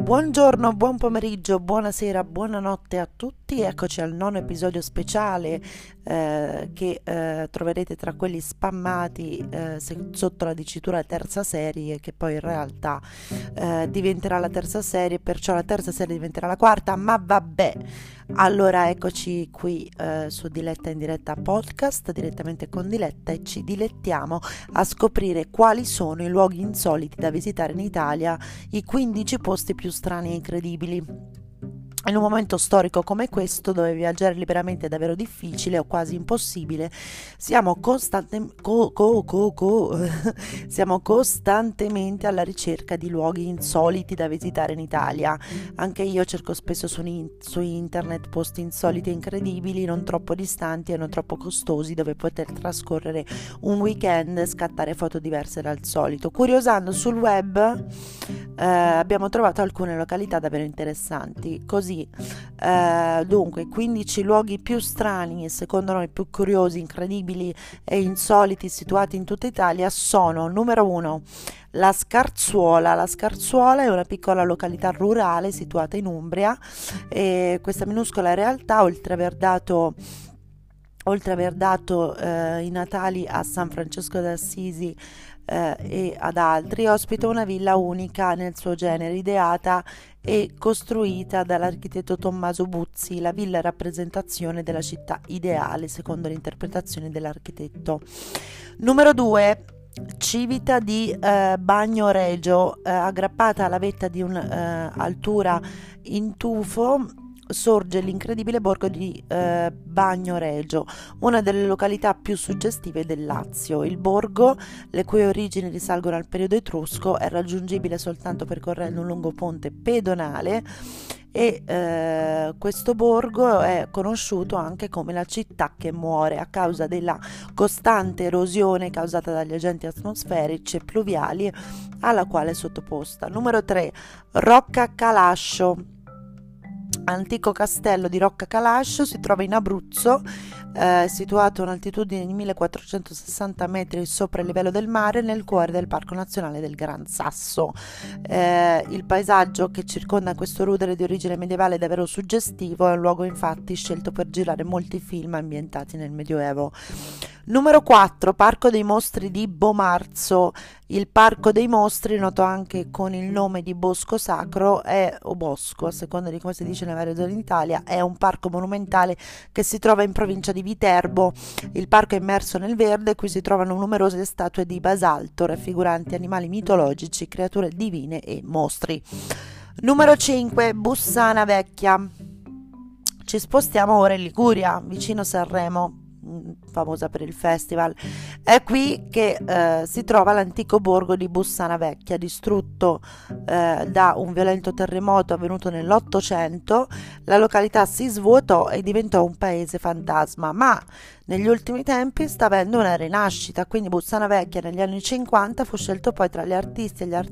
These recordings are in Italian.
Buongiorno, buon pomeriggio, buonasera, buonanotte a tutti. Eccoci al nono episodio speciale che troverete tra quelli spammati sotto la dicitura terza serie, che poi in realtà diventerà la terza serie, perciò la terza serie diventerà la quarta, ma vabbè. Allora eccoci qui su Diletta in diretta podcast, direttamente con Diletta, e ci dilettiamo a scoprire quali sono i luoghi insoliti da visitare in Italia, i 15 posti più strani e incredibili. In un momento storico come questo, dove viaggiare liberamente è davvero difficile o quasi impossibile, siamo siamo costantemente alla ricerca di luoghi insoliti da visitare in Italia. Anche io cerco spesso su internet posti insoliti e incredibili, non troppo distanti e non troppo costosi, dove poter trascorrere un weekend e scattare foto diverse dal solito. Curiosando sul web abbiamo trovato alcune località davvero interessanti. Dunque 15 luoghi più strani e secondo noi più curiosi, incredibili e insoliti situati in tutta Italia sono: numero 1, la Scarzuola. La Scarzuola è una piccola località rurale situata in Umbria, e questa minuscola realtà, oltre aver dato i natali a San Francesco d'Assisi e ad altri, ospita una villa unica nel suo genere, ideata e costruita dall'architetto Tommaso Buzzi. La villa è rappresentazione della città ideale, secondo l'interpretazione dell'architetto. Numero 2, Civita di Bagnoregio, aggrappata alla vetta di un'altura in tufo, sorge l'incredibile borgo di Bagnoregio, una delle località più suggestive del Lazio. Il borgo, le cui origini risalgono al periodo etrusco, è raggiungibile soltanto percorrendo un lungo ponte pedonale, e questo borgo è conosciuto anche come la città che muore a causa della costante erosione causata dagli agenti atmosferici e pluviali alla quale è sottoposta. Numero 3, Rocca Calascio. Antico castello di Rocca Calascio, si trova in Abruzzo, situato a un'altitudine di 1460 metri sopra il livello del mare, nel cuore del Parco Nazionale del Gran Sasso. Il paesaggio che circonda questo rudere di origine medievale è davvero suggestivo, è un luogo infatti scelto per girare molti film ambientati nel Medioevo. Numero 4, Parco dei Mostri di Bomarzo. Il Parco dei Mostri, noto anche con il nome di Bosco Sacro, o Bosco, a seconda di come si dice nelle varie zone d'Italia, è un parco monumentale che si trova in provincia di Viterbo. Il parco è immerso nel verde, qui si trovano numerose statue di basalto raffiguranti animali mitologici, creature divine e mostri. Numero 5, Bussana Vecchia. Ci spostiamo ora in Liguria, vicino Sanremo, famosa per il festival. È qui che si trova l'antico borgo di Bussana Vecchia, distrutto da un violento terremoto avvenuto nell'800. La località si svuotò e diventò un paese fantasma, ma negli ultimi tempi sta avendo una rinascita, quindi Bussana Vecchia negli anni 50 fu scelto poi tra gli artisti e gli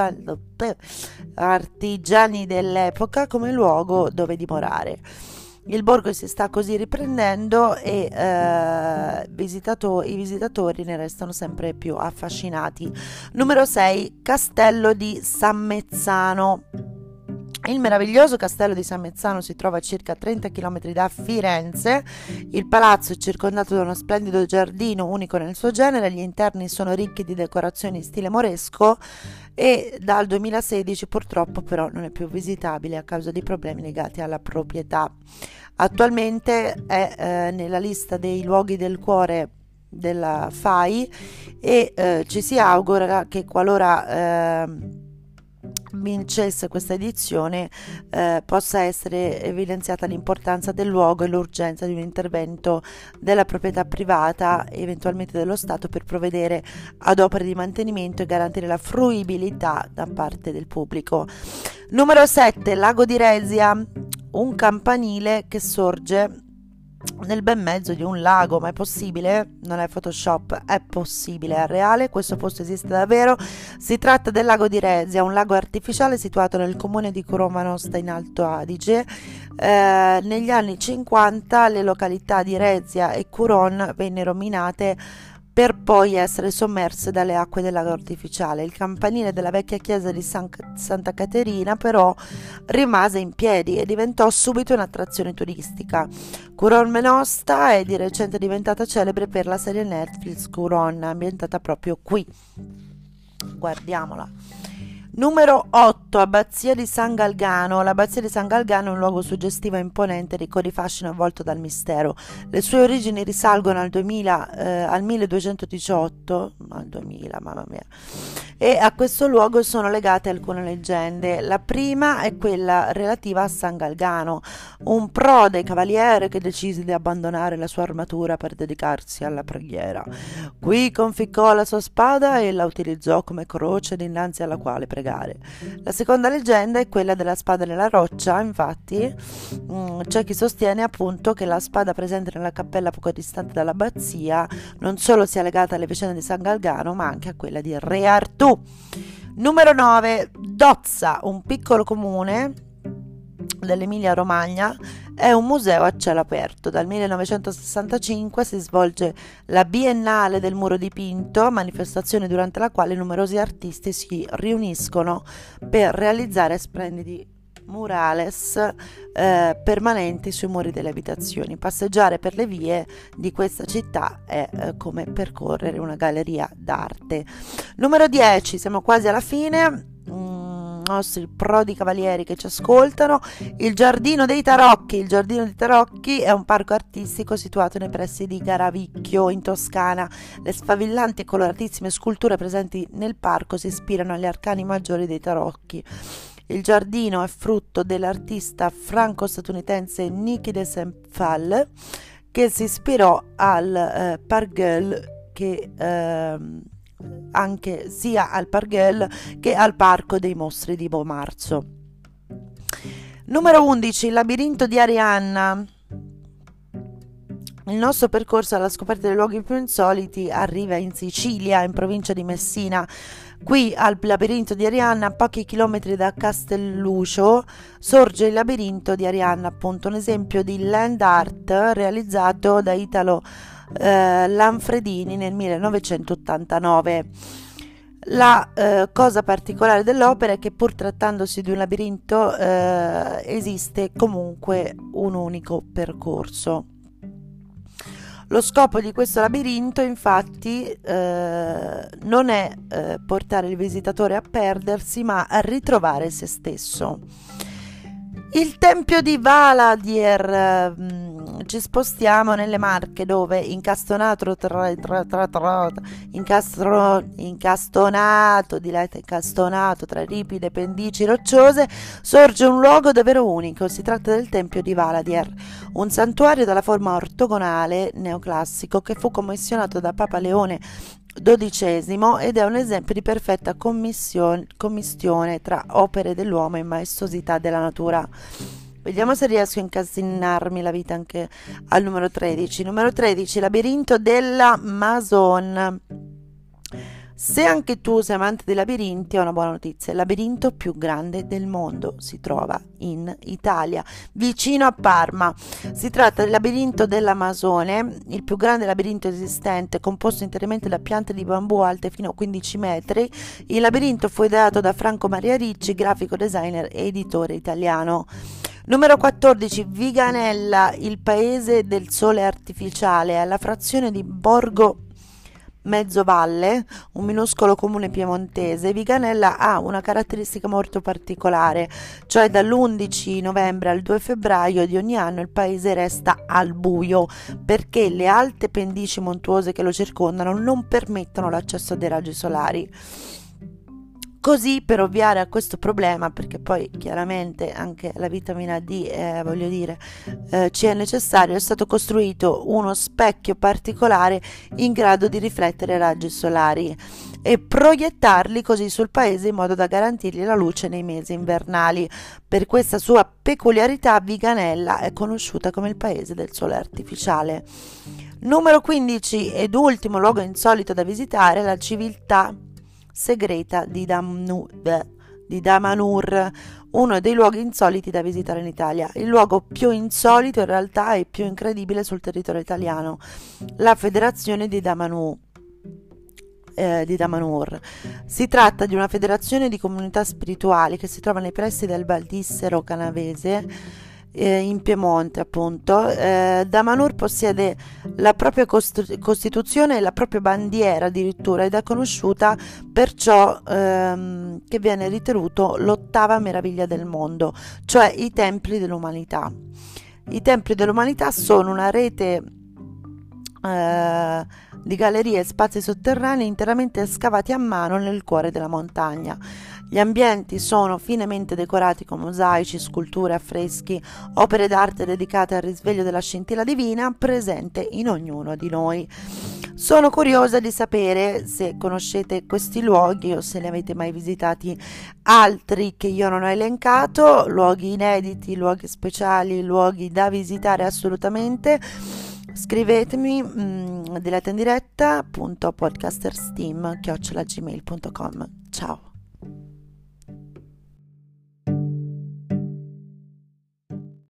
artigiani dell'epoca come luogo dove dimorare. Il borgo si sta così riprendendo e i visitatori ne restano sempre più affascinati. Numero 6, Castello di San Mezzano. Il meraviglioso castello di San Mezzano si trova a circa 30 km da Firenze. Il palazzo è circondato da uno splendido giardino unico nel suo genere, gli interni sono ricchi di decorazioni in stile moresco e dal 2016 purtroppo però non è più visitabile a causa di problemi legati alla proprietà. Attualmente è nella lista dei luoghi del cuore della FAI e ci si augura che qualora vincesse questa edizione possa essere evidenziata l'importanza del luogo e l'urgenza di un intervento della proprietà privata e eventualmente dello Stato per provvedere ad opere di mantenimento e garantire la fruibilità da parte del pubblico. Numero 7, Lago di Resia, un campanile che sorge nel ben mezzo di un lago. Ma è possibile? Non è Photoshop, è possibile, è reale, questo posto esiste davvero. Si tratta del lago di Resia, un lago artificiale situato nel comune di Curomanosta in Alto Adige. Negli anni 50 le località di Resia e Curon vennero minate per poi essere sommerse dalle acque del lago artificiale. Il campanile della vecchia chiesa di Santa Caterina però rimase in piedi e diventò subito un'attrazione turistica. Curon Menosta è di recente diventata celebre per la serie Netflix Curon, ambientata proprio qui. Guardiamola. Numero 8, Abbazia di San Galgano. L'abbazia di San Galgano è un luogo suggestivo e imponente, ricco di fascino e avvolto dal mistero. Le sue origini risalgono al 1218, al 2000, mamma mia. E a questo luogo sono legate alcune leggende. La prima è quella relativa a San Galgano, un prode cavaliere che decise di abbandonare la sua armatura per dedicarsi alla preghiera. Qui conficcò la sua spada e la utilizzò come croce dinanzi alla quale pregare. La seconda leggenda è quella della spada nella roccia. Infatti c'è chi sostiene appunto che la spada presente nella cappella poco distante dall'abbazia non solo sia legata alle vicende di San Galgano, ma anche a quella di Re Artù. Numero 9, Dozza, un piccolo comune dell'Emilia Romagna, è un museo a cielo aperto. Dal 1965 si svolge la Biennale del Muro Dipinto, manifestazione durante la quale numerosi artisti si riuniscono per realizzare splendidi murales permanenti sui muri delle abitazioni. Passeggiare per le vie di questa città è come percorrere una galleria d'arte. Numero 10, siamo quasi alla fine. Nostri prodi cavalieri che ci ascoltano, il Giardino dei Tarocchi. Il Giardino dei Tarocchi è un parco artistico situato nei pressi di Garavicchio in Toscana. Le sfavillanti e coloratissime sculture presenti nel parco si ispirano agli arcani maggiori dei tarocchi. Il giardino è frutto dell'artista franco-statunitense Niki de Saint-Phal, che si ispirò al Parguel, che anche sia al Parguel che al Parco dei Mostri di Bomarzo. Numero 11, il labirinto di Arianna. Il nostro percorso alla scoperta dei luoghi più insoliti arriva in Sicilia, in provincia di Messina. Qui al labirinto di Arianna, a pochi chilometri da Castelluccio, sorge il labirinto di Arianna, appunto un esempio di land art realizzato da Italo Lanfredini nel 1989. La cosa particolare dell'opera è che, pur trattandosi di un labirinto, esiste comunque un unico percorso. Lo scopo di questo labirinto, infatti, non è portare il visitatore a perdersi, ma a ritrovare se stesso. Il tempio di Valadier, ci spostiamo nelle Marche, dove incastonato tra ripide pendici rocciose sorge un luogo davvero unico. Si tratta del tempio di Valadier, un santuario dalla forma ortogonale neoclassico che fu commissionato da Papa Leone XII ed è un esempio di perfetta commistione tra opere dell'uomo e maestosità della natura. Vediamo se riesco a incasinarmi la vita anche al numero 13. Numero 13, labirinto della Mason. Se anche tu sei amante dei labirinti, ho una buona notizia: il labirinto più grande del mondo si trova in Italia, vicino a Parma. Si tratta del labirinto dell'Amazone, il più grande labirinto esistente, composto interamente da piante di bambù alte fino a 15 metri. Il labirinto fu ideato da Franco Maria Ricci, grafico designer e editore italiano. Numero 14, Viganella, il paese del sole artificiale, alla frazione di Borgo Mezzovalle, un minuscolo comune piemontese. Viganella ha una caratteristica molto particolare, cioè dall'11 novembre al 2 febbraio di ogni anno il paese resta al buio perché le alte pendici montuose che lo circondano non permettono l'accesso dei raggi solari. Così, per ovviare a questo problema, perché poi chiaramente anche la vitamina D, ci è necessario, è stato costruito uno specchio particolare in grado di riflettere raggi solari e proiettarli così sul paese in modo da garantirgli la luce nei mesi invernali. Per questa sua peculiarità Viganella è conosciuta come il paese del sole artificiale. Numero 15 ed ultimo luogo insolito da visitare, la civiltà segreta di Damanhur, uno dei luoghi insoliti da visitare in Italia. Il luogo più insolito in realtà e più incredibile sul territorio italiano, la Federazione di Damanhur. di Damanhur. Si tratta di una federazione di comunità spirituali che si trova nei pressi del Valdissero canavese, in Piemonte appunto. Damanhur possiede la propria costituzione e la propria bandiera addirittura, ed è conosciuta per ciò che viene ritenuto l'ottava meraviglia del mondo, cioè i templi dell'umanità. I templi dell'umanità sono una rete di gallerie e spazi sotterranei interamente scavati a mano nel cuore della montagna. Gli ambienti sono finemente decorati con mosaici, sculture, affreschi, opere d'arte dedicate al risveglio della scintilla divina presente in ognuno di noi. Sono curiosa di sapere se conoscete questi luoghi o se ne avete mai visitati altri che io non ho elencato, luoghi inediti, luoghi speciali, luoghi da visitare assolutamente. Scrivetemi diretta in diretta, podcastersteam@gmail.com. Ciao.